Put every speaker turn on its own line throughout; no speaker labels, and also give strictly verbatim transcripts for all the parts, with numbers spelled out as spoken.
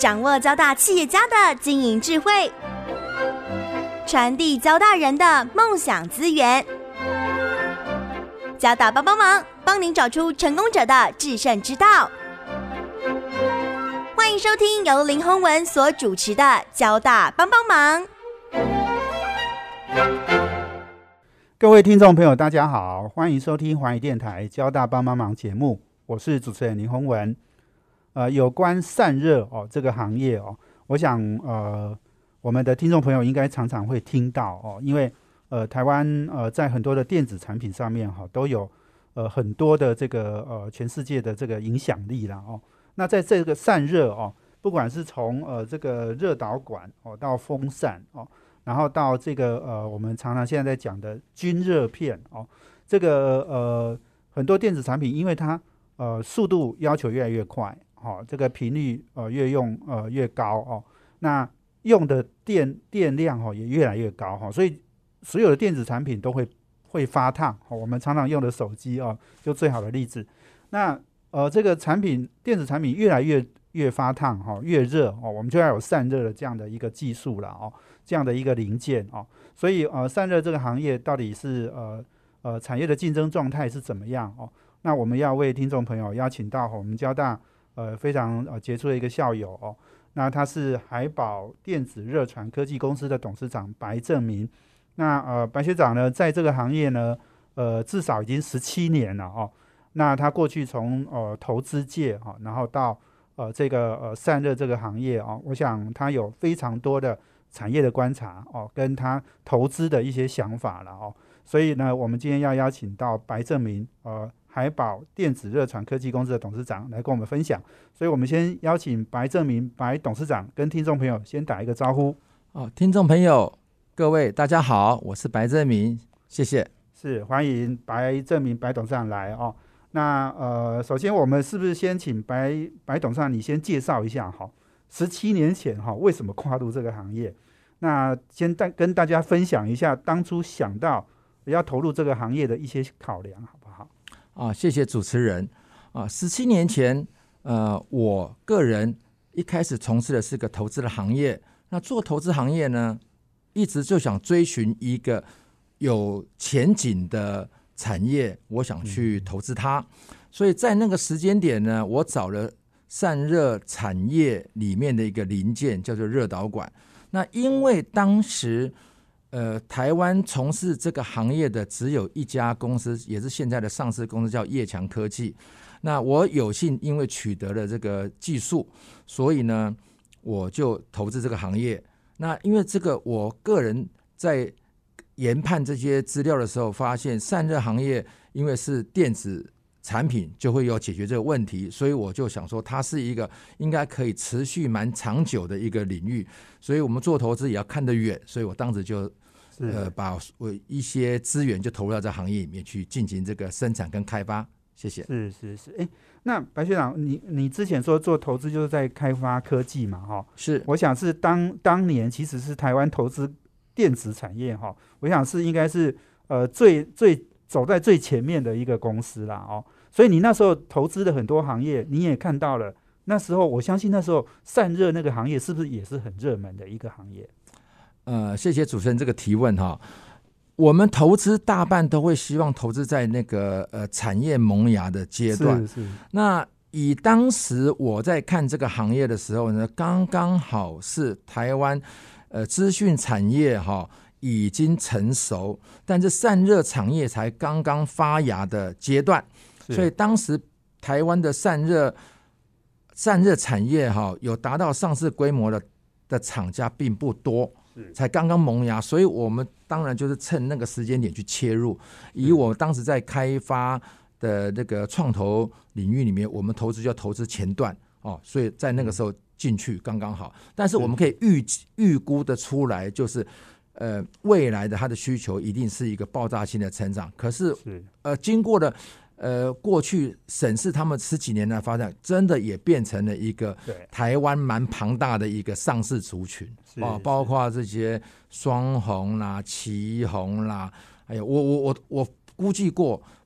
掌握交大企业家的经营智慧，传递交大人的梦想资源。交大帮帮忙，帮您找出成功者的制胜之道。欢迎收听由林宏文所主持的《交大帮帮忙》。
各位听众朋友大家好，欢迎收听华语电台交大帮帮忙节目，我是主持人林宏文。呃，有关散热哦这个行业哦，我想呃我们的听众朋友应该常常会听到哦，因为呃台湾呃在很多的电子产品上面哈、哦、都有呃很多的这个呃全世界的这个影响力啦哦。那在这个散热哦，不管是从呃这个热导管哦到风扇哦，然后到这个呃我们常常现在在讲的均热片哦，这个呃很多电子产品因为它呃速度要求越来越快，哦，这个频率呃越用呃越高哦，那用的电电量哦也越来越高哈、哦，所以所有的电子产品都会会发烫、哦。我们常常用的手机哦，就最好的例子。那呃这个产品电子产品越来越越发烫哈、哦，越热哦，我们就要有散热的这样的一个技术了哦，这样的一个零件哦。所以呃散热这个行业到底是呃呃产业的竞争状态是怎么样哦？那我们要为听众朋友邀请到、哦、我们交大呃非常呃杰出的一个校友哦。那他是海宝电子热传科技公司的董事长白正明。那呃白学长呢，在这个行业呢，呃至少已经十七年了哦。那他过去从呃投资界哈、哦，然后到呃这个呃散热这个行业哦，我想他有非常多的产业的观察哦，跟他投资的一些想法了哦。所以呢，我们今天要邀请到白正明呃海宝电子热传科技公司的董事长来跟我们分享。所以我们先邀请白正明白董事长跟听众朋友先打一个招呼。
哦，听众朋友各位大家好，我是白正明，谢谢。
是，欢迎白正明白董事长来哦。那呃，首先我们是不是先请白白董事长你先介绍一下哈，十七年前哈为什么跨入这个行业？那先带跟大家分享一下当初想到要投入这个行业的一些考量，好不好？
啊，谢谢主持人啊。十七年前，呃，我个人一开始从事的是个投资的行业。那做投资行业呢，一直就想追寻一个有前景的产业，我想去投资它。嗯、所以在那个时间点呢，我找了散热产业里面的一个零件，叫做热导管。那因为当时呃，台湾从事这个行业的只有一家公司，也是现在的上市公司，叫业强科技。那我有幸因为取得了这个技术，所以呢，我就投资这个行业。那因为这个，我个人在研判这些资料的时候，发现散热行业因为是电子产品，就会有解决这个问题，所以我就想说，它是一个应该可以持续蛮长久的一个领域。所以我们做投资也要看得远，所以我当时就呃把我一些资源就投入到这行业里面去进行这个生产跟开发。谢谢。
是是是，哎，那白学长，你你之前说做投资就是在开发科技嘛，哈，
是，
我想是当当年其实是台湾投资电子产业哈，我想是应该是呃最最走在最前面的一个公司啦哦，所以你那时候投资的很多行业你也看到了，那时候我相信那时候散热那个行业是不是也是很热门的一个行业？
呃，谢谢主持人这个提问哈。我们投资大半都会希望投资在那个呃产业萌芽的阶段。
是是。
那以当时我在看这个行业的时候呢，刚刚好是台湾呃资讯产业哈已经成熟，但是散热产业才刚刚发芽的阶段，所以当时台湾的散热散热产业哈有达到上市规模的的厂家并不多。才刚刚萌芽，所以我们当然就是趁那个时间点去切入。以我当时在开发的那个创投领域里面，我们投资就要投资前段哦，所以在那个时候进去刚刚好。但是我们可以预预估的出来，就是呃未来的它的需求一定是一个爆炸性的成长。可是呃经过了呃，过去审视他们十几年的发展，真的也变成了一个台湾蛮庞大的一个上市族群啊，包括这些双虹啦、旗宏啦，还有我我我我估计过，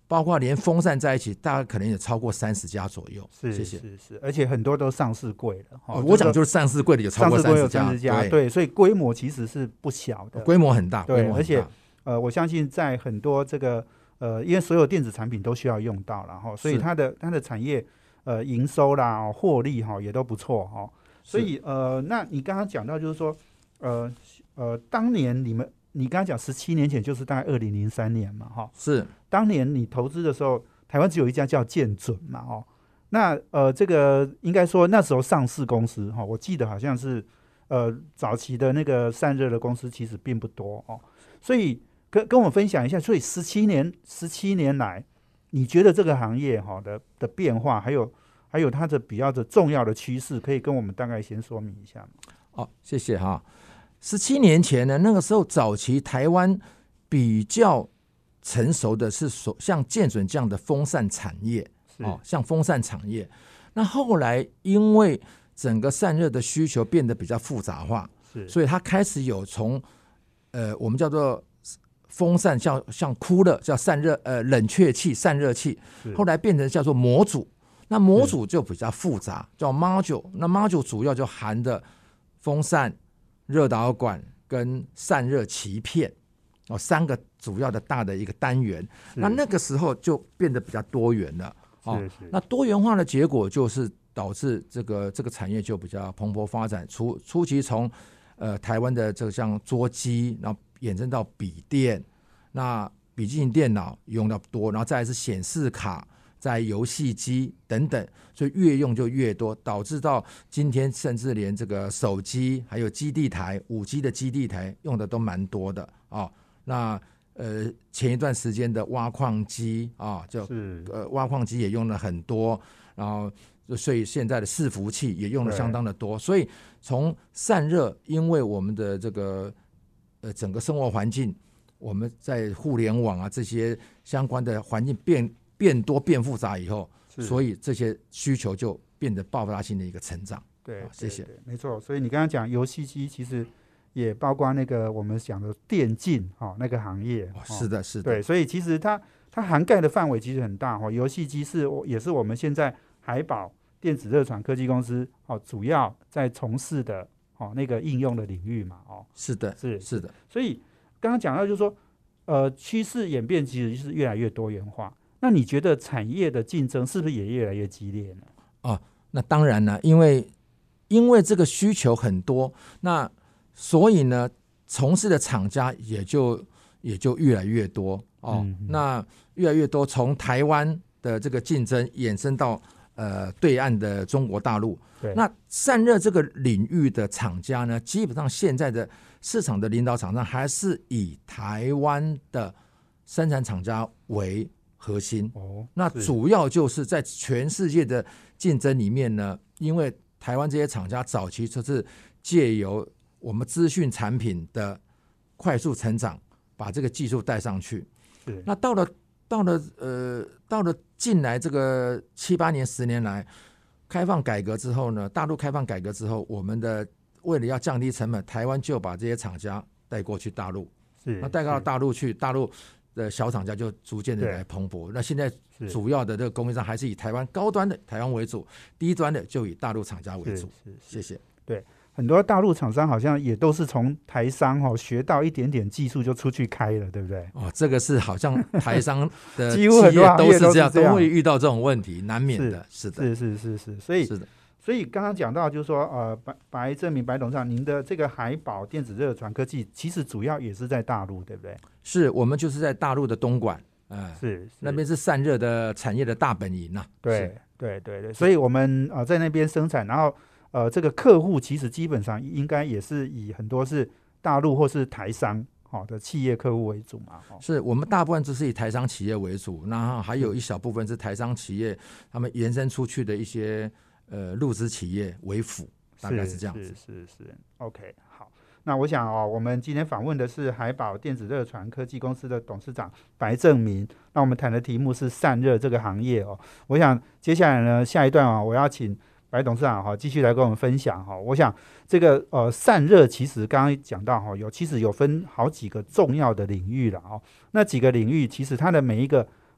包括连风扇在一起，大概可能也超过三十家左右。
是
谢谢。
是是，而且很多都上市柜了。
哦、我讲就是上市柜的有超过三十家，
家对, 对，所以规模其实是不小的，
规模很大，
对，
规模很大。
而且呃，我相信在很多这个呃，因为所有电子产品都需要用到了哈，所以它的它的产业呃营收啦、获利哈也都不错哈。所以呃，那你刚刚讲到就是说呃呃，当年你们你刚刚讲十七年前就是大概二零零三年嘛哈，
是
当年你投资的时候，台湾只有一家叫建准嘛哦，那呃这个应该说那时候上市公司哈，我记得好像是呃早期的那个散热的公司其实并不多哦，所以。跟跟我分享一下，所以十七年十七年来，你觉得这个行业哈的的变化，还有还有它的比较的重要的趋势，可以跟我们大概先说明一下吗？
哦，谢谢哈。十七年前呢，那个时候早期台湾比较成熟的是像建准这样的风扇产业，哦，像风扇产业。那后来因为整个散热的需求变得比较复杂化，是，所以它开始有从呃我们叫做风扇像像酷热叫散热呃冷却器散热器，后来变成叫做模组，那模组就比较复杂，叫 module。那 module 主要就含的风扇、热导管跟散热鳍片哦三个主要的大的一个单元。那那个时候就变得比较多元了哦。那多元化的结果就是导致这个这个产业就比较蓬勃发展。初初期从呃台湾的这个像桌机，然后衍生到笔电，那笔记型电脑用到多，然后再来是显示卡，在游戏机等等，所以越用就越多，导致到今天甚至连这个手机还有基地台 五 G 的基地台用的都蛮多的啊、哦。那呃前一段时间的挖矿机啊，就呃挖矿机也用了很多，然后所以现在的伺服器也用的相当的多，所以从散热，因为我们的这个呃整个生活环境，我们在互联网啊这些相关的环境变变多变复杂以后，所以这些需求就变得爆发性的一个成长。
对，
哦、谢谢
对对，没错。所以你刚刚讲游戏机，其实也包括那个我们讲的电竞哦那个行业。
哦、是的，是的。
对，所以其实它它涵盖的范围其实很大哦。游戏机是也是我们现在海保电子热传科技公司哦主要在从事的哦那个应用的领域嘛哦。
是的，
是
是的。
所以刚刚讲到就是说，呃，趋势演变其实是越来越多元化。那你觉得产业的竞争是不是也越来越激烈呢？
哦，那当然了，因为因为这个需求很多，那所以呢，从事的厂家也就也就越来越多哦。嗯嗯那越来越多，从台湾的这个竞争衍生到呃对岸的中国大陆。那散热这个领域的厂家呢，基本上现在的市场的领导厂商还是以台湾的生产厂家为核心。哦，那主要就是在全世界的竞争里面呢，因为台湾这些厂家早期就是借由我们资讯产品的快速成长，把这个技术带上去。那到了到了呃到了近来这个七八年十年来。开放改革之后呢，大陆开放改革之后，我们的为了要降低成本，台湾就把这些厂家带过去大陆，是那带到大陆去，大陆的小厂家就逐渐的来蓬勃。那现在主要的这个供应商还是以台湾高端的台湾为主，低端的就以大陆厂家为主。谢谢。
对，很多大陆厂商好像也都是从台商哦学到一点点技术就出去开了，对不对？
哦，这个是好像台商的
几乎很多行业
都是这样，
都
会遇到这种问题，难免的。是的，
是是是是，所以是的。所以刚刚讲到就是说，呃，白白正明白董事长，您的这个海保电子热传科技，其实主要也是在大陆，对不对？
是我们就是在大陆的东莞，呃、
是, 是
那边是散热的产业的大本营啊。
对对对对，所以我们呃在那边生产，然后。呃，这个客户其实基本上应该也是以很多是大陆或是台商好、哦、的企业客户为主嘛。哦、
是我们大部分就是以台商企业为主，然后还有一小部分是台商企业他们延伸出去的一些呃入资企业为辅，大概是这样子。
是是 是, 是 OK 好。那我想哦，我们今天访问的是海保电子热传科技公司的董事长白正明。那我们谈的题目是散热这个行业哦。我想接下来呢，下一段啊、哦，我要请。白董事长哈，继续来跟我们分享哈。我想这个呃散热其实刚刚讲到哈，有其实有分好几个重要的领域了哦。那几个领域其实它的每一个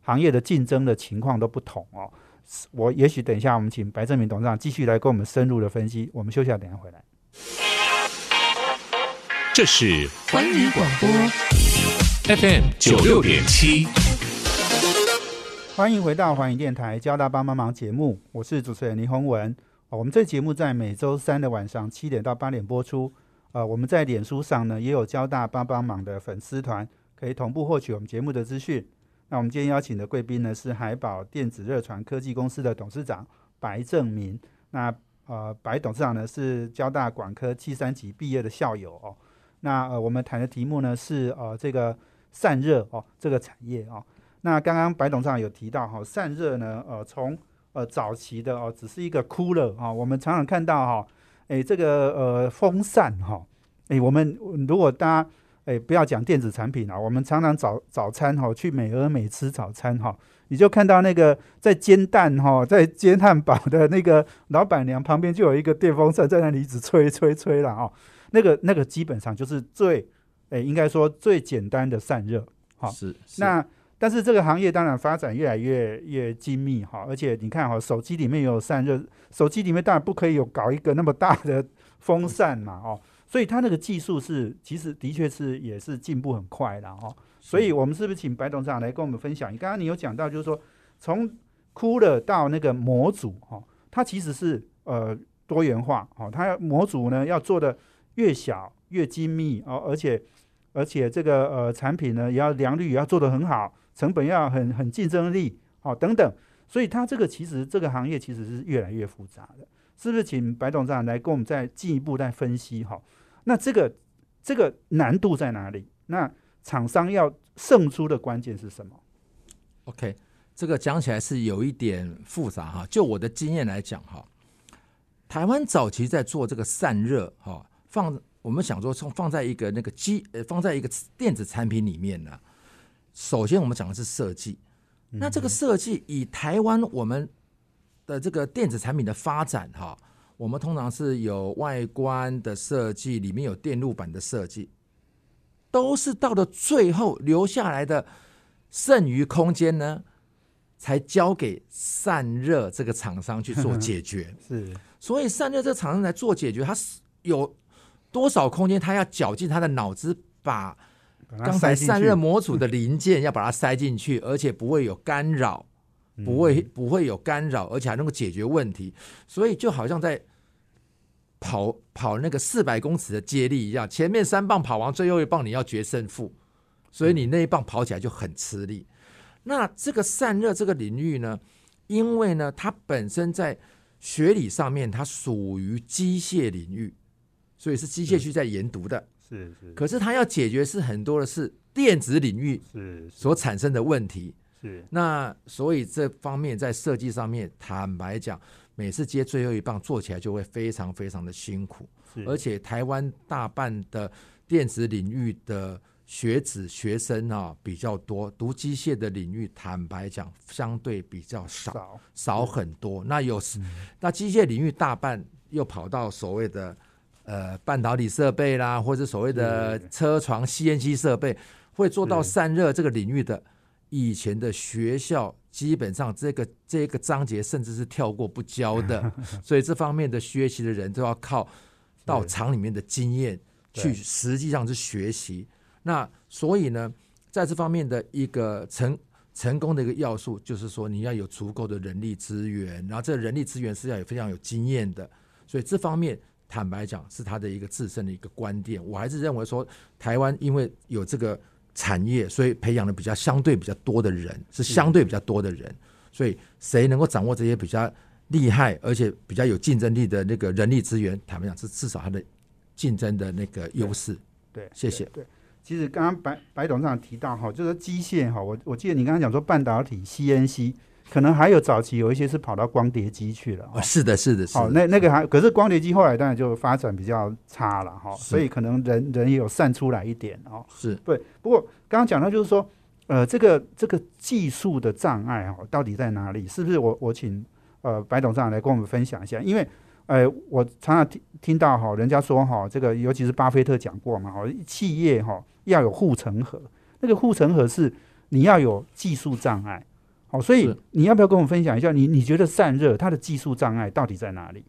行业的竞争的情况都不同哦。我也许等一下我们请白正明董事长继续来跟我们深入的分析。我们休息下，等一下回来。
这是环宇广播 F M 九六点七，
欢迎回到环宇电台交大帮帮忙节目，我是主持人林宏文。我们这节目在每周三的晚上七点到八点播出。呃，我们在脸书上呢也有交大帮帮忙的粉丝团，可以同步获取我们节目的资讯。那我们今天邀请的贵宾呢是海宝电子热传科技公司的董事长白正明。那呃，白董事长呢是交大管科七三级毕业的校友哦。那呃，我们谈的题目呢是呃这个散热哦这个产业哦。那刚刚白董事长有提到哈、哦，散热呢呃从呃早期的哦只是一个cooler啊、哦，我们常常看到哈、哦，哎这个呃风扇哈、哦，哎我们如果大家哎不要讲电子产品啊，我们常常早早餐哈、哦、去美而美吃早餐哈、哦，你就看到那个在煎蛋哈、哦，在煎汉堡的那个老板娘旁边就有一个电风扇在那里一直吹吹吹了哦。那个那个基本上就是最，诶，应该说最简单的散热，好，
是。
那但是这个行业当然发展越来越越精密哈，而且你看哈，手机里面有散热，手机里面当然不可以有搞一个那么大的风扇嘛，哦，所以它那个技术是其实的确是也是进步很快啦哦。所以我们是不是请白董事长来跟我们分享？刚刚你有讲到，就是说从 cooler 到那个模组哈，它其实是呃多元化，哦，它模组呢要做的越小越精密哦，而且而且这个呃产品呢也要良率也要做得很好，成本要很很竞争力哦等等，所以它这个其实这个行业其实是越来越复杂的，是不是？请白董事长来跟我们再进一步再分析哈、哦。那这个这个难度在哪里？那厂商要胜出的关键是什么
？OK， 这个讲起来是有一点复杂哈。就我的经验来讲哈，台湾早期在做这个散热哈。放我们想说，从放在一个那个机，呃，放在一个电子产品里面呢，首先我们讲的是设计。嗯、那这个设计以台湾我们的这个电子产品的发展哈，我们通常是有外观的设计，里面有电路板的设计，都是到了最后留下来的剩余空间呢，才交给散热这个厂商去做解决。
是，
所以散热这个厂商来做解决，它有多少空间，他要绞尽他的脑汁，把刚才散热模组的零件要把它塞进去，而且不会有干扰，不会不会有干扰，而且还能够解决问题。所以就好像在跑跑那个四百公尺的接力一样，前面三棒跑完，最后一棒你要决胜负，所以你那一棒跑起来就很吃力。那这个散热这个领域呢，因为呢它本身在学理上面它属于机械领域，所以是机械系在研读的，
是是。
可是它要解决是很多的是电子领域所产生的问题，
是。
那所以这方面在设计上面，坦白讲，每次接最后一棒做起来就会非常非常的辛苦，而且台湾大半的电子领域的学子学生啊比较多，读机械的领域坦白讲相对比较少，少, 少很多。那有、嗯、那机械领域大半又跑到所谓的呃半导体设备啦，或者所谓的车床 C N C 设备，会做到散热这个领域的，以前的学校基本上这个这个章节甚至是跳过不教的，所以这方面的学习的人都要靠到厂里面的经验去实际上是学习。那所以呢，在这方面的一个成成功的一个要素，就是说你要有足够的人力资源，然后这个人力资源是要有非常有经验的，所以这方面坦白讲是它的一个自身的一个观点。我还是认为说，台湾因为有这个产业，所以培养了比较相对比较多的人，是相对比较多的人，所以谁能够掌握这些比较厉害而且比较有竞争力的那个人力资源，坦白讲是至少它的竞争的那个优势。
对，对
谢谢。
对。对其实刚刚白白董事长提到哈，就是机械哈，我我记得你刚刚讲说半导体 C N C， 可能还有早期有一些是跑到光碟机去了。哦、
是的，是的，是的。
好，那那个还可是光碟机后来当然就发展比较差了哈，所以可能人人也有散出来一点哦。
是
对。不过刚刚讲到就是说，呃，这个这个技术的障碍哈，到底在哪里？是不是我我请呃白董事长来跟我们分享一下？因为呃，我常常听听到哈，人家说哈，这个尤其是巴菲特讲过嘛，哈，企业哈要有护城河，那个护城河是你要有技术障碍， 好，所以你要不要跟我们分享一下，你你觉得散热它的技术障碍到底在哪里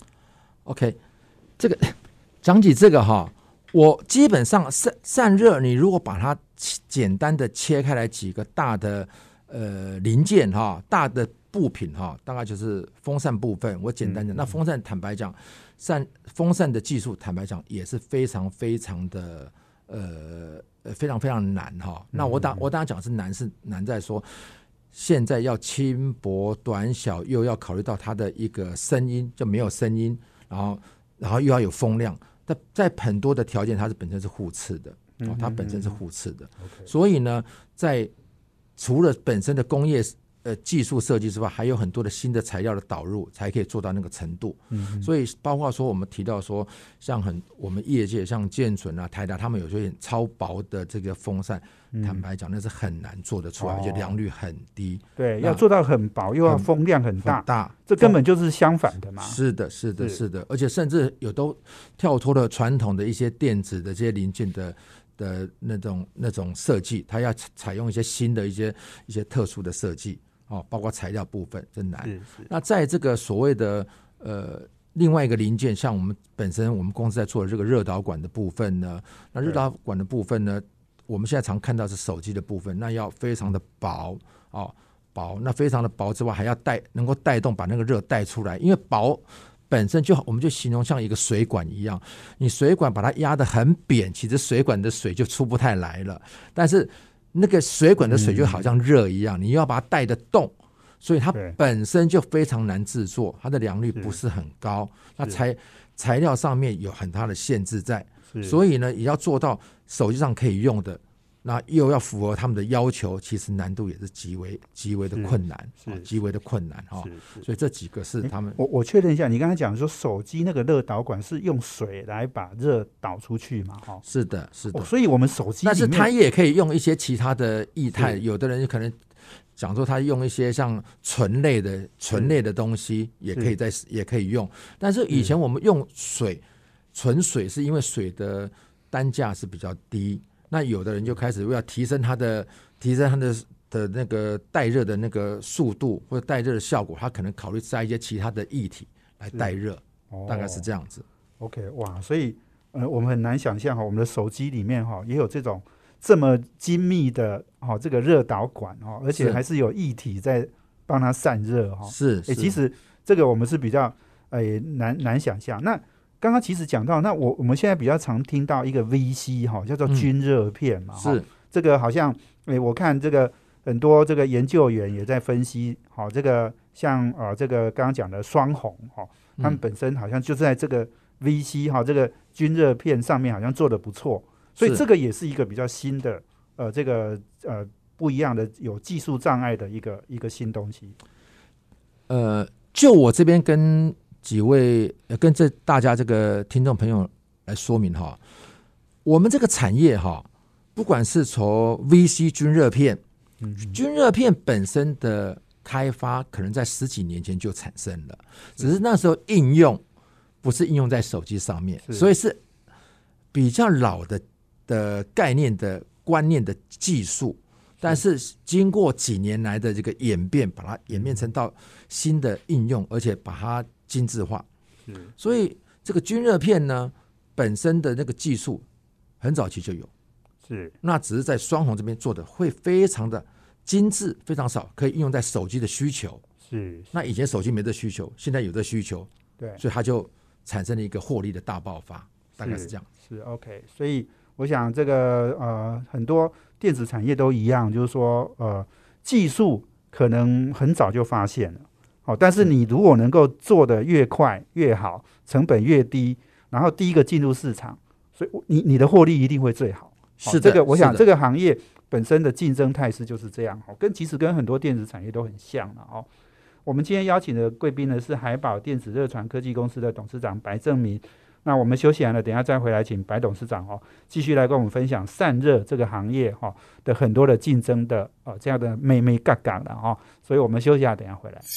？OK， 这个讲起这个哈，我基本上散散热，你如果把它简单的切开来几个大的呃零件哈，大的部品哈，大概就是风扇部分。我简单讲，嗯、那风扇坦白讲，散风扇的技术坦白讲也是非常非常的呃非常非常难哈。那我当我当然讲是难，是难在说现在要轻薄短小，又要考虑到它的一个声音就没有声音，然后然后又要有风量，但在很多的条件它是本身是互斥的。哦、它本身是互斥的，嗯嗯、所以呢，在除了本身的工业呃技术设计之外，还有很多的新的材料的导入，才可以做到那个程度。嗯、所以包括说我们提到说，像很我们业界像建准啊、台达，他们有些超薄的这个风扇，嗯、坦白讲那是很难做得出来，而且良率很低。
对，要做到很薄，又要风量很大，很大，这根本就是相反的嘛。
是的，是的，是的，而且甚至有都跳脱了传统的一些电子的这些零件的。的那种那种设计，它要采用一些新的一些一些特殊的设计哦，包括材料部分真难。那在这个所谓的呃另外一个零件，像我们本身我们公司在做的这个热导管的部分呢，那热导管的部分呢，我们现在常看到是手机的部分，那要非常的薄哦，薄，那非常的薄之外，还要带能够带动把那个热带出来，因为薄。本身就我们就形容像一个水管一样，你水管把它压得很扁，其实水管的水就出不太来了。但是那个水管的水就好像热一样，嗯、你要把它带得动，所以它本身就非常难制作，它的良率不是很高。那材材料上面有很大的限制在，所以呢，也要做到手机上可以用的。那又要符合他们的要求，其实难度也是极为极为的困难，是、哦、极为的困难哈。所以这几个是他们。
我我确认一下，你刚才讲说手机那个热导管是用水来把热导出去嘛？哈，
是的，是的、哦。
所以我们手机，
但是它也可以用一些其他的液态，有的人可能讲说他用一些像醇类的醇类的东西，也可以在也可以用。但是以前我们用水纯水，是因为水的单价是比较低。那有的人就开始为了提升它的提升它的的那个带热的那个速度或者带热的效果，他可能考虑加一些其他的液体来带热，哦、大概是这样子。
OK， 哇，所以呃，我们很难想象哈，我们的手机里面哈也有这种这么精密的哈这个热导管哈，而且还是有液体在帮它散热哈。
是，
哎，其实这个我们是比较呃难难想象。那刚刚其实讲到，那我我们现在比较常听到一个 V C 哈，叫做均热片嘛，
嗯、是
这个好像，诶，我看这个很多这个研究员也在分析，好，这个像呃这个刚刚讲的双虹哈，他们本身好像就是在这个 V C 哈这个均热片上面好像做得不错，所以这个也是一个比较新的呃这个呃不一样的有技术障碍的一个一个新东西。
呃，就我这边跟几位跟这大家这个听众朋友来说明哈，我们这个产业哈，不管是从 V C 均热片，嗯、均热片本身的开发可能在十几年前就产生了，只是那时候应用不是应用在手机上面，所以是比较老的的概念的观念的技术，但是经过几年来的这个演变，把它演变成到新的应用，而且把它精致化，所以这个均热片呢，本身的那个技术很早期就有，
是
那只是在双虹这边做的会非常的精致，非常少，可以应用在手机的需求。
是，
那以前手机没这需求，现在有这需求，
对，
所以它就产生了一个获利的大爆发，大概是这样。
是, 是 OK， 所以我想这个呃很多电子产业都一样，就是说呃技术可能很早就发现了。哦、但是你如果能够做得越快越好，成本越低，然后第一个进入市场，所以你你的获利一定会最好。
是、哦、
这个，我想这个行业本身的竞争态势就是这样，跟其实跟很多电子产业都很像了哦。我们今天邀请的贵宾呢是海宝电子热传科技公司的董事长白正明。那我们休息完了，等一下再回来，请白董事长哦继续来跟我们分享散热这个行业哈、哦、的很多的竞争的呃这样的妹妹嘎嘎了哈。所以我们休息一下，等一下回来。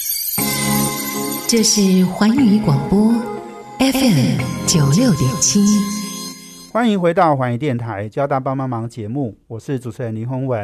这是环宇广播 F M 九六点七，
欢迎回到环宇电台交大帮帮忙节目，我是主持人林宏文。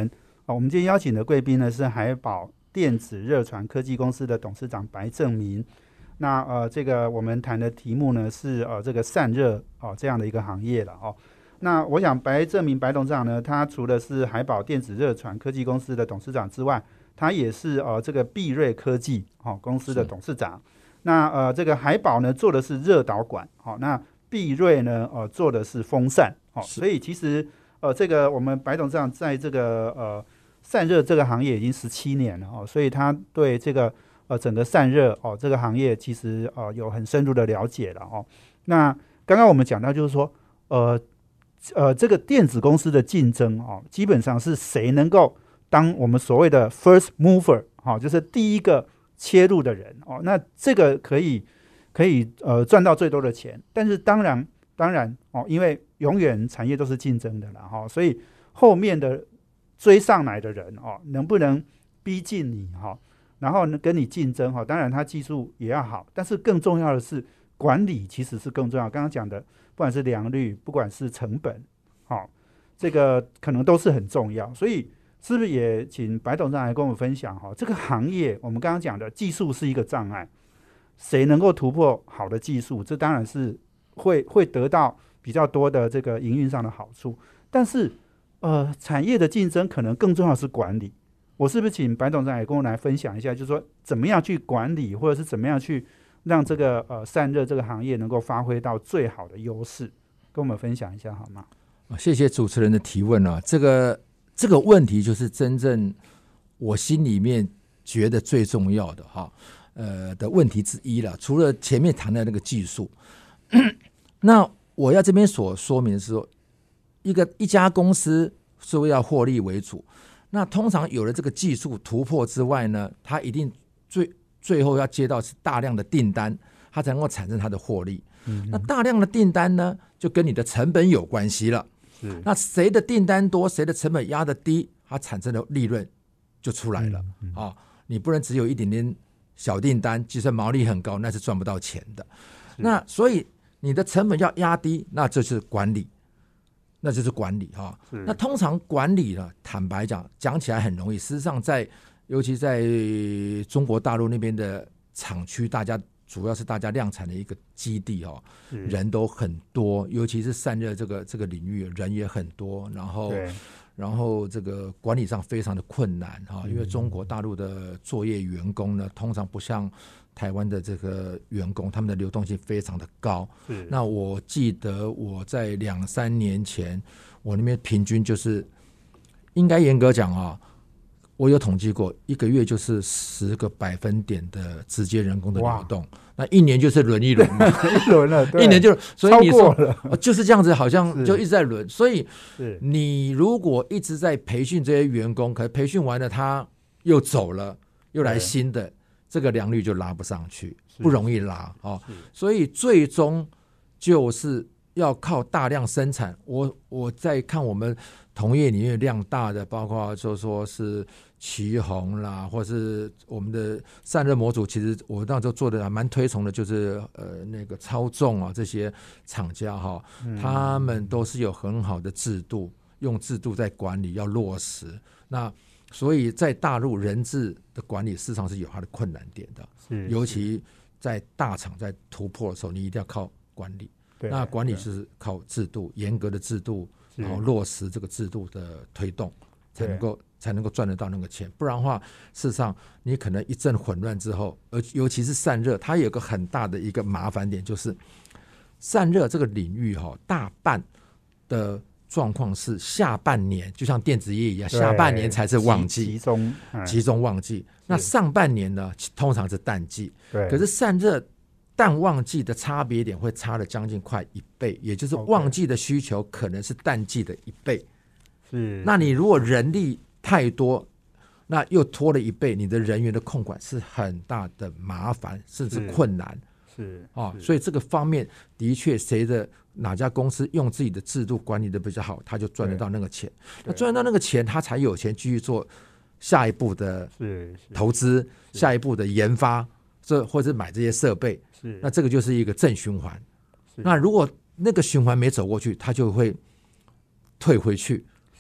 好，我们今天邀请的贵宾呢是海保电子热传科技公司的董事长白正明。那呃，这个我们谈的题目呢是呃这个散热哦这样的一个行业了哦。那我想白正明白董事长呢，他除了是海保电子热传科技公司的董事长之外，他也是呃这个必瑞科技哦公司的董事长。那呃这个海保呢做的是热导管，好、哦，那必瑞呢呃做的是风扇，好、哦，所以其实呃这个我们白董事长在这个呃散热这个行业已经十七年了哦，所以他对这个呃整个散热哦这个行业其实呃有很深入的了解了哦。那刚刚我们讲到就是说呃呃这个电子公司的竞争哦，基本上是谁能够当我们所谓的 first mover 哦，就是第一个切入的人哦，那这个可以可以呃赚到最多的钱，但是当然当然哦，因为永远产业都是竞争的啦哈、哦，所以后面的追上来的人哦，能不能逼近你哈、哦，然后呢跟你竞争哈、哦，当然他技术也要好，但是更重要的是管理其实是更重要。刚刚讲的，不管是良率，不管是成本，好、哦，这个可能都是很重要。所以是不是也请白董事长来跟我们分享哈、哦？这个行业我们刚刚讲的技术是一个障碍，谁能够突破好的技术，这当然是会会得到比较多的这个营运上的好处，但是。呃，产业的竞争可能更重要的是管理。我是不是请白董事长也跟我来分享一下，就是说怎么样去管理，或者是怎么样去让这个呃散热这个行业能够发挥到最好的优势，跟我们分享一下好吗？
谢谢主持人的提问啊，这个这个问题就是真正我心里面觉得最重要的哈，呃的问题之一了。除了前面谈的那个技术，那我要这边所说明的是说。一个一家公司是为要获利为主，那通常有了这个技术突破之外呢，它一定最最后要接到是大量的订单，它才能够产生它的获利。嗯、那大量的订单呢，就跟你的成本有关系了。那谁的订单多，谁的成本压得低，它产生的利润就出来了。嗯嗯哦、你不能只有一点点小订单，计算毛利很高，那是赚不到钱的。那所以你的成本要压低，那这是管理。那就是管理哈，那通常管理呢，坦白讲，讲起来很容易。事实上在，在尤其在中国大陆那边的厂区，大家主要是大家量产的一个基地哦，人都很多，尤其是散热这个这个领域，人也很多，然后然后这个管理上非常的困难哈，因为中国大陆的作业员工呢，通常不像。台湾的这个员工，他们的流动性非常的高。那我记得我在两三年前，我那边平均就是，应该严格讲啊，我有统计过，一个月就是十个百分点的直接人工的流动。那一年就是轮一轮嘛，
一轮了，
一年就所以你说就是这样子，好像就一直在轮。所以你如果一直在培训这些员工，可是培训完了他又走了，又来新的。这个良率就拉不上去，不容易拉哦，所以最终就是要靠大量生产。我我在看我们同业里面量大的，包括就说是奇鋐啦，或是我们的散热模组，其实我那时候做的还蛮推崇的，就是呃那个超重啊这些厂家哈、哦嗯，他们都是有很好的制度，用制度在管理，要落实那。所以在大陆人治的管理事实上是有它的困难点的，尤其在大厂在突破的时候，你一定要靠管理。那管理是靠制度，严格的制度，然后落实这个制度的推动，才能够才能够赚得到那个钱。不然的话，事实上你可能一阵混乱之后，而尤其是散热，它有个很大的一个麻烦点，就是散热这个领域哈、哦，大半的。状况是下半年就像电子业一样，下半年才是旺季，
集中、嗯、
集中旺季。那上半年呢，通常是淡季。可是散热淡旺季的差别点会差了将近快一倍，也就是旺季的需求可能是淡季的一倍。
是，
那你如果人力太多，那又拖了一倍，你的人员的控管是很大的麻烦，甚至困难。
是
啊、哦，所以这个方面的确，谁的哪家公司用自己的制度管理的比较好，他就赚得到那个钱。那赚得到那个钱，他才有钱继续做下一步的投资，下一步的研发，这或者买这些设备。是，那这个就是一个正循环。那如果那个循环没走过去，他就会退回去。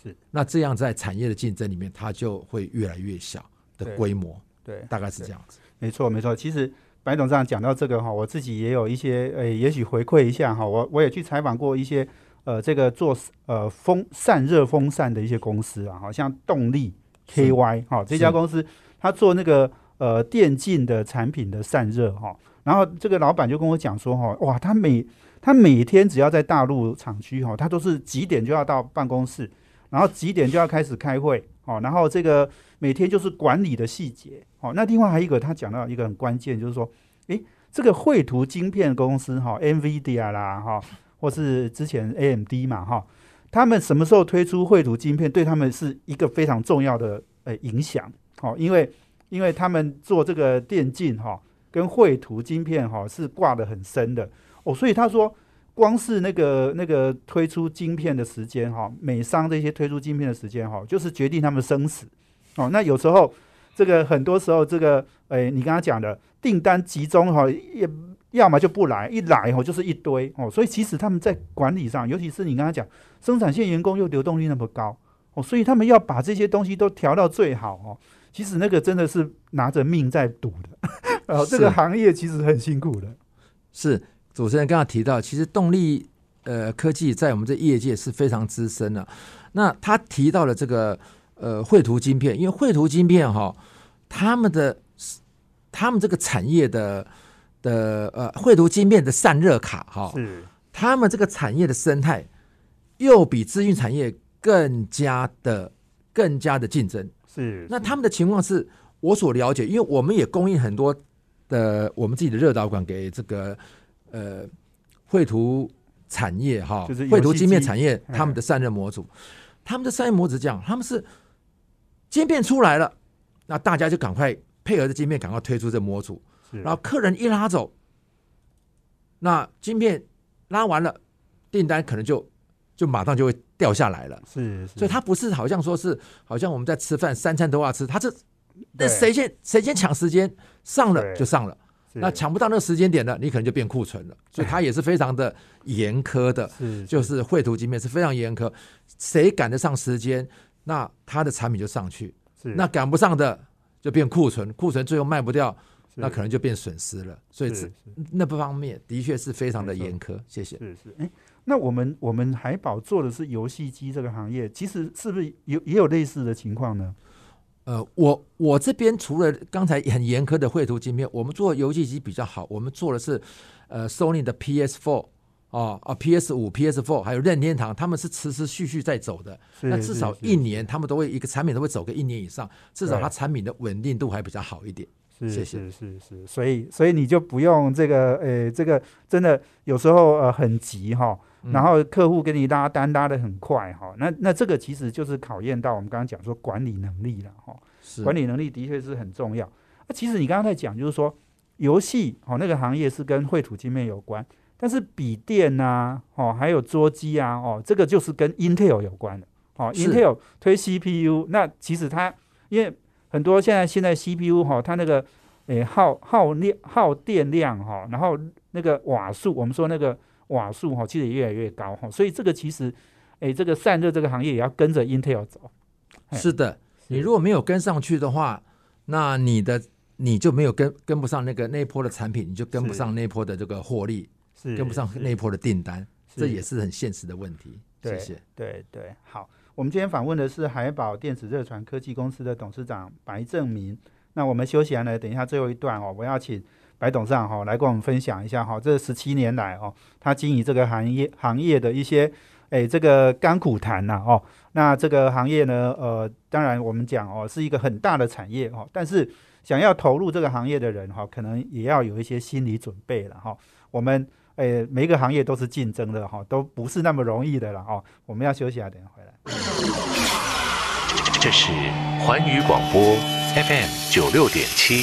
是，
那这样在产业的竞争里面，它就会越来越小的规模，
对，
大概是这样子。
没错，没错。其实白董事长讲到这个哈，我自己也有一些，呃，也许回馈一下哈，我我也去采访过一些，呃，这个做呃风散热风扇的一些公司啊，好像动力 K Y 哈这家公司，他做那个呃电竞的产品的散热哈，然后这个老板就跟我讲说哈，哇，他每他每天只要在大陆厂区哈，他都是几点就要到办公室，然后几点就要开始开会哦，然后这个每天就是管理的细节哦。那另外还有一个他讲到一个很关键，就是说，诶，这个绘图晶片公司哈 ，NVIDIA 啦哈，或是之前 A M D 嘛哈，他们什么时候推出绘图晶片，对他们是一个非常重要的呃影响哦，因为因为他们做这个电竞哈，跟绘图晶片哈是挂得很深的哦，所以他说。光是那个那个推出晶片的时间哈，美商这些推出晶片的时间哈，就是决定他们生死哦。那有时候这个很多时候这个诶，你刚刚讲的订单集中哈，也要么就不来，一来哈就是一堆哦。所以其实他们在管理上，尤其是你刚刚讲生产线员工又流动率那么高哦，所以他们要把这些东西都调到最好哦。其实那个真的是拿着命在赌的哦，这个行业其实很辛苦的。
是。主持人刚刚提到，其实动力呃科技在我们这业界是非常资深的。那他提到了这个呃绘图晶片，因为绘图晶片哈，他们的他们这个产业的的呃绘图晶片的散热卡哈，
是
他们这个产业的生态又比资讯产业更加的更加的竞争。
是，
那他们的情况是我所了解，因为我们也供应很多的我们自己的热导管给这个。呃，绘图产业哈，就是绘图晶片产业，他们的散热模组，他们的散热模组这样，他们是晶片出来了，那大家就赶快配合着晶片，赶快推出这模组，然后客人一拉走，那晶片拉完了，订单可能就就马上就会掉下来了。
是，是，
所以它不是好像说是好像我们在吃饭三餐都要吃，它是那谁先谁先抢时间上了就上了。那抢不到那个时间点了，你可能就变库存了，所以它也是非常的严苛的，
是
就是绘图晶片是非常严苛，谁赶得上时间，那他的产品就上去，那赶不上的就变库存，库存最后卖不掉，那可能就变损失了，所以那方面的确是非常的严苛。谢谢。
是是，哎，那我们我们海宝做的是游戏机这个行业，其实是不是有也有类似的情况呢？
呃，我我这边除了刚才很严苛的绘图晶片，我们做游戏机比较好，我们做的是呃 Sony 的 P S 四 哦啊 P S 五 P S 四 还有任天堂，他们是持持续续在走的，那至少一年他们都会一个产品都会走个一年以上，至少它产品的稳定度还比较好一点。
是
谢谢。
是是是，所以所以你就不用这个呃这个真的有时候呃很急哈。然后客户给你拉单拉得很快哈，那那这个其实就是考验到我们刚刚讲说管理能力了哈，管理能力的确是很重要。那其实你刚刚在讲就是说游戏哦那个行业是跟绘图晶片有关，但是笔电啊哦还有桌机啊哦这个就是跟 Intel 有关的哦 ，Intel 推 C P U， 那其实它因为很多现在现在 C P U 哈它那个诶耗耗量耗电量哈，然后那个瓦数我们说那个。瓦数哈，其实也越来越高哈，所以这个其实，哎，这个散热这个行业也要跟着 Intel 走。
是的，你如果没有跟上去的话，那你的你就没有跟跟不上那个那一波的产品，你就跟不上那一波的这个获利，跟不上那一波的订单，这也是很现实的问题。谢谢。
对对，好，我们今天访问的是海宝电子热传科技公司的董事长白正明。那我们休息完了，等一下最后一段哦，我要请。白董事长哈来跟我们分享一下哈，这十七年来哦，他经营这个行业行业的一些诶这个甘苦谈呐哦。那这个行业呢，呃，当然我们讲哦是一个很大的产业哦，但是想要投入这个行业的人哈，可能也要有一些心理准备了哈。我们诶每一个行业都是竞争的哈，都不是那么容易的了哦。我们要休息啊，等一下回来。
这是环宇广播 F M 九六点七。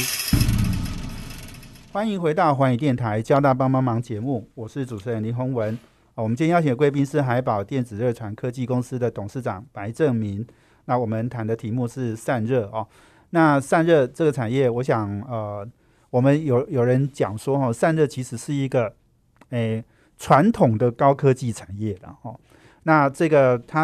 欢迎回到环宇电台交大帮帮忙节目，我是主持人林宏文。我们今天邀请的贵宾是海宝电子热传科技公司的董事长白正明。那我们谈的题目是散热哦。那散热这个产业，我想呃，我们有有人讲说哈、哦，散热其实是一个诶传统的高科技产业了哦。那这个它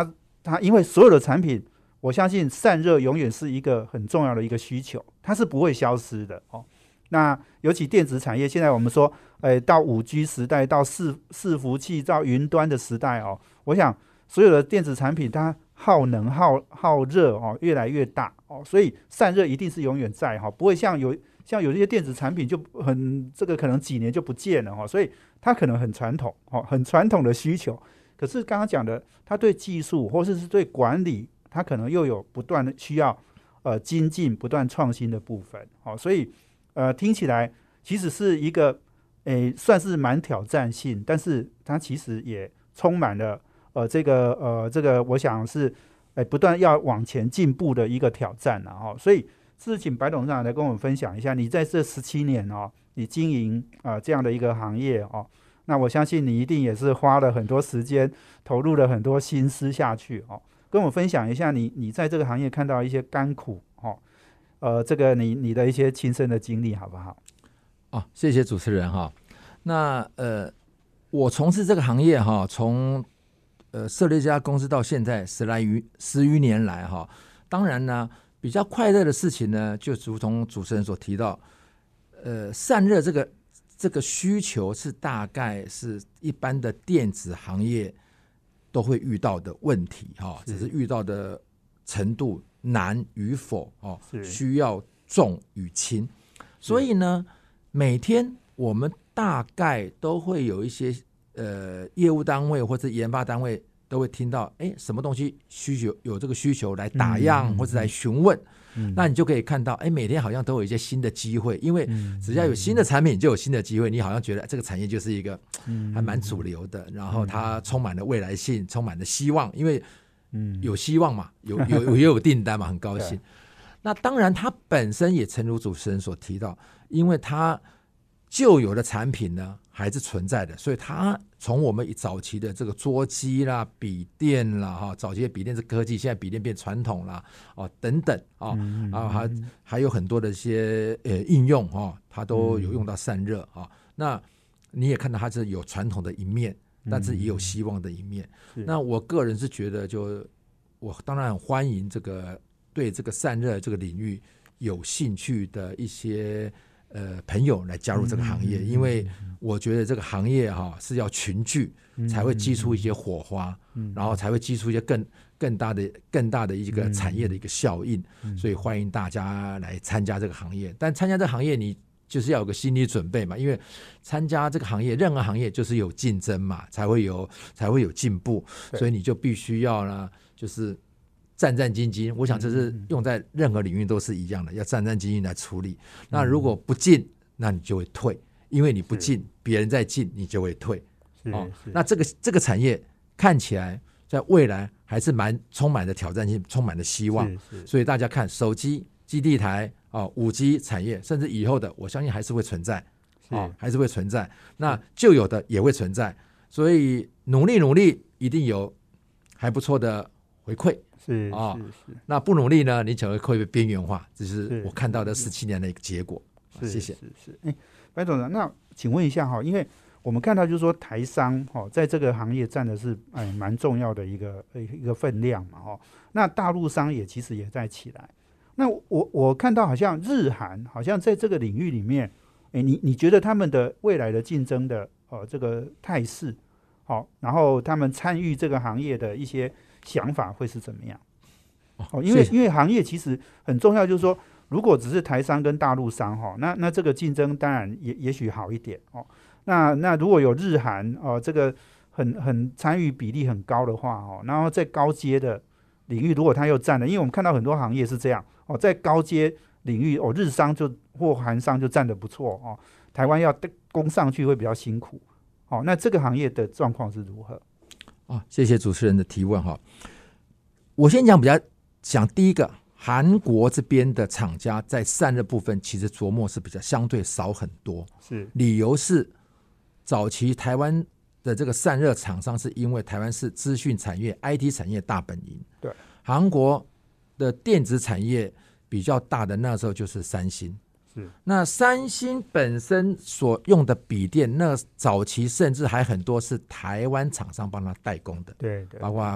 它因为所有的产品，我相信散热永远是一个很重要的一个需求，它是不会消失的哦。那尤其电子产业，现在我们说，呃，到五 G 时代，到伺伺服器，到云端的时代哦，我想所有的电子产品它耗能、耗耗热哦越来越大哦，所以散热一定是永远在哈、哦，不会像有像有这些电子产品就很这个可能几年就不见了哈、哦，所以它可能很传统哦，很传统的需求。可是刚刚讲的，它对技术或者是对管理，它可能又有不断的需要呃精进、不断创新的部分哦，所以。呃，听起来其实是一个，诶，算是蛮挑战性，但是它其实也充满了呃这个呃这个，我想是诶不断要往前进步的一个挑战了哈、哦。所以是请白董事长来跟我们分享一下，你在这十七年哦，你经营啊、呃、这样的一个行业哦，那我相信你一定也是花了很多时间，投入了很多心思下去哦，跟我们分享一下你你在这个行业看到一些甘苦哦。呃，这个你你的一些亲身的经历好不好？
哦，谢谢主持人哈。那呃，我从事这个行业哈，从呃设立这家公司到现在十来余十余年来哈，当然呢，比较快乐的事情呢，就如同主持人所提到，呃，散热这个这个需求是大概是一般的电子行业都会遇到的问题哈，只是遇到的程度难与否哦，需要重与轻，所以呢，每天我们大概都会有一些呃业务单位或者研发单位都会听到，哎，什么东西需求有这个需求来打样、嗯、或者来询问、嗯，那你就可以看到，哎，每天好像都有一些新的机会，因为只要有新的产品就有新的机会，你好像觉得这个产业就是一个还蛮主流的，然后它充满了未来性，充满了希望，因为嗯，有希望嘛，有有也有订单嘛，很高兴。那当然，它本身也诚如主持人所提到，因为它旧有的产品呢还是存在的，所以它从我们早期的这个桌机啦、笔电啦，哈，早期的笔电是科技，现在笔电变传统啦，哦，等等啊，嗯、啊，还还有很多的一些呃应用哈，它都有用到散热啊。那你也看到它是有传统的一面。但是也有希望的一面、嗯、那我个人是觉得就我当然很欢迎这个对这个散热这个领域有兴趣的一些呃朋友来加入这个行业、嗯、因为我觉得这个行业哈、啊、是要群聚才会激出一些火花、嗯、然后才会激出一些更更大的更大的一个产业的一个效应、嗯、所以欢迎大家来参加这个行业，但参加这个行业你就是要有个心理准备嘛，因为参加这个行业，任何行业就是有竞争嘛，才会有才会有进步，所以你就必须要呢，就是战战兢兢。我想这是用在任何领域都是一样的，要战战兢兢来处理。那如果不进，那你就会退，因为你不进，别人在进，你就会退。哦，那这个这个产业看起来在未来还是蛮充满的挑战性，充满了希望。所以大家看手机基地台。哦，五 G 产业甚至以后的，我相信还是会存在，哦，还是会存在。那旧有的也会存在，所以努力努力，一定有还不错的回馈。
是啊、
哦，那不努力呢，你就会被边缘化。这是我看到的十七年的一个结果。
是
谢谢。
是是，哎，白总长，那请问一下哈，因为我们看到就是说台商哈，在这个行业占的是哎蛮重要的一个一个分量嘛哈。那大陆商也其实也在起来。那我我看到好像日韩好像在这个领域里面，哎，你你觉得他们的未来的竞争的呃这个态势，好、哦，然后他们参与这个行业的一些想法会是怎么样？哦，因为因为行业其实很重要，就是说，如果只是台商跟大陆商哈、哦，那那这个竞争当然也也许好一点哦。那那如果有日韩哦，这个很很参与比例很高的话哦，然后在高阶的领域，如果他又占了，因为我们看到很多行业是这样。哦，在高阶领域，哦，日商就或韩商就占得不错哦，台湾要攻上去会比较辛苦。哦，那这个行业的状况是如何？
哦，谢谢主持人的提问哈。我先讲比较讲第一个，韩国这边的厂家在散热部分其实琢磨是比较相对少很多，
是
理由是早期台湾的这个散热厂商是因为台湾是资讯产业 I T 产业大本营，
对，
韩国的电子产业比较大的那时候就是三星，
是
那三星本身所用的笔电，那早期甚至还很多是台湾厂商帮他代工的，
对对，
包括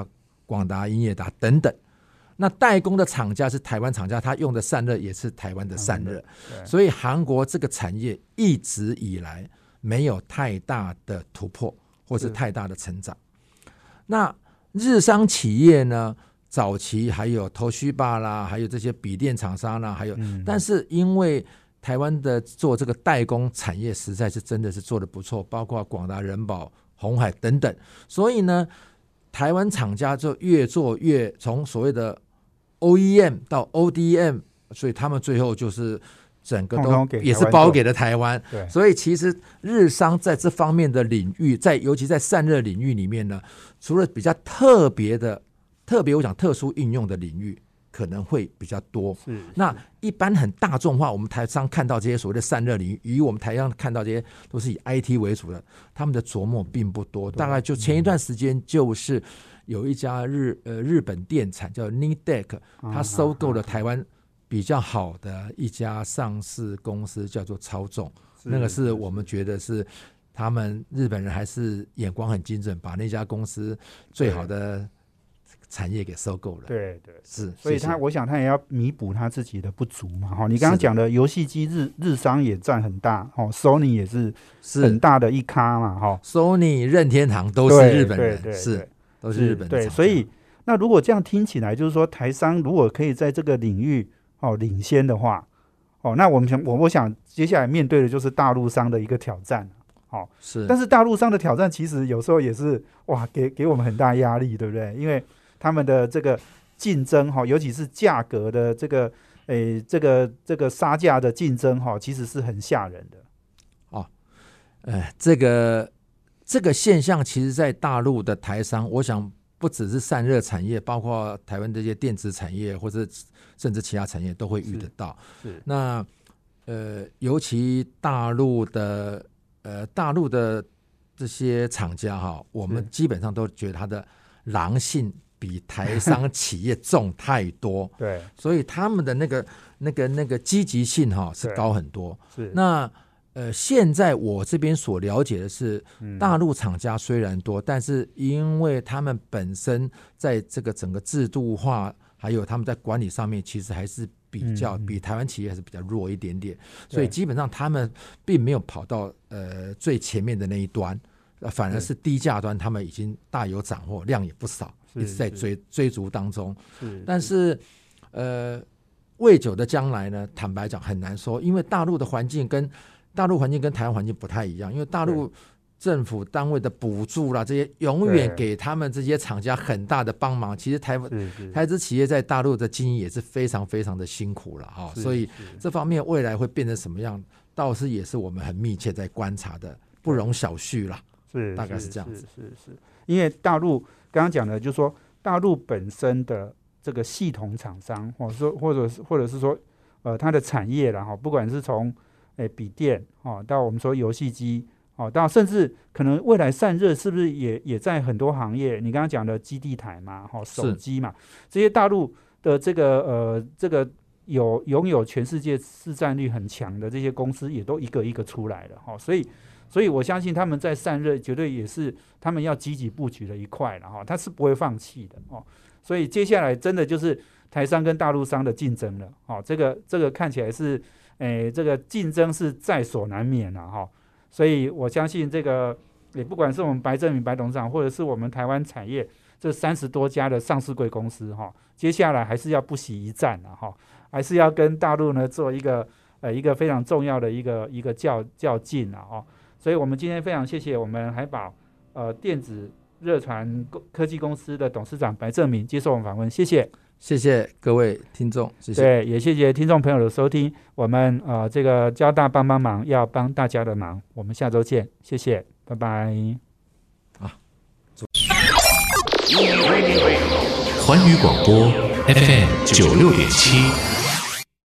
广达、英业达等等。那代工的厂家是台湾厂家，他用的散热也是台湾的散热，所以韩国这个产业一直以来没有太大的突破或是太大的成长。那日商企业呢，早期还有Toshiba啦，还有这些笔电厂商啦，还有、嗯、但是因为台湾的做这个代工产业实在是真的是做得不错，包括广达、仁宝、鸿海等等，所以呢台湾厂家就越做越从所谓的 O E M 到 O D M， 所以他们最后就是整个都也是包给了台湾。所以其实日商在这方面的领域，在尤其在散热领域里面呢，除了比较特别的特别我讲特殊应用的领域可能会比较多，是是那一般很大众化，我们台商看到这些所谓的散热领域，以我们台商看到这些都是以 I T 为主的，他们的琢磨并不多。大概就前一段时间就是有一家日呃日本电产叫 Nidec， 它收购了台湾比较好的一家上市公司，叫做超众。那个是我们觉得是他们日本人还是眼光很精准，把那家公司最好的产业给收购了。
对对，
是，
所以他我想他也要弥补他自己的不足嘛。哈，你刚刚讲的游戏机日日商也占很大，哈 ，Sony 也是很大的一咖嘛，哈
，Sony、任天堂都是日本人，是都是日本人。
对，所以那如果这样听起来，就是说台商如果可以在这个领域哦领先的话，哦，那我们想我我想接下来面对的就是大陆商的一个挑战。哦，是，但是大陆商的挑战其实有时候也是哇，给给我们很大压力，对不对？因为他们的这个竞争哈，尤其是价格的这个诶，这个这个杀价的竞争哈，其实是很吓人的。
哦，呃，这个这个现象，其实在大陆的台商，我想不只是散热产业，包括台湾这些电子产业，或者甚至其他产业都会遇得到。是，是那呃，尤其大陆的呃大陆的这些厂家哈，我们基本上都觉得它的狼性比台商企业重太多，对，所以他们的那个那个那个积极性哈是高很多。是，那呃，现在我这边所了解的是，嗯、大陆厂家虽然多，但是因为他们本身在这个整个制度化，还有他们在管理上面，其实还是比较、嗯、比台湾企业还是比较弱一点点，所以基本上他们并没有跑到呃最前面的那一端。反而是低价端，他们已经大有斩获，量也不少，一直在追追逐当中。是但是，呃，未久的将来呢，坦白讲很难说，因为大陆的环境跟大陆环境跟台湾环境不太一样，因为大陆政府单位的补助啦，这些永远给他们这些厂家很大的帮忙。其实台台资企业在大陆的经营也是非常非常的辛苦了哈、哦，所以这方面未来会变成什么样，倒是也是我们很密切在观察的，不容小觑啦。是，大概是这样子。是 是, 是, 是
因为大陆刚刚讲的，就是说大陆本身的这个系统厂商，或者说或者是或者是说，呃，它的产业啦哈，不管是从诶笔电哦，到我们说游戏机哦，到甚至可能未来散热是不是也也在很多行业？你刚刚讲的基地台嘛，哈、哦，手机嘛，这些大陆的这个呃这个有拥有全世界市占率很强的这些公司，也都一个一个出来了哈、哦，所以。所以我相信他们在散热绝对也是他们要积极布局的一块了哈，他是不会放弃的哦。所以接下来真的就是台商跟大陆商的竞争了哦，这个这个看起来是诶这个竞争是在所难免了哈。所以我相信这个也不管是我们白正明白董事长，或者是我们台湾产业这三十多家的上市柜公司哈，接下来还是要不惜一战了哈，还是要跟大陆呢做一个呃一个非常重要的一个一个较较劲了哈。所以我们今天非常谢谢我们海保呃电子热传科技公司的董事长白正明接受我们访问，谢谢，
谢谢各位听众，谢谢，
对，也谢谢听众朋友的收听。我们呃这个交大帮帮忙要帮大家的忙，我们下周见，谢谢，拜拜。啊，
环宇广播 F M 九六点七。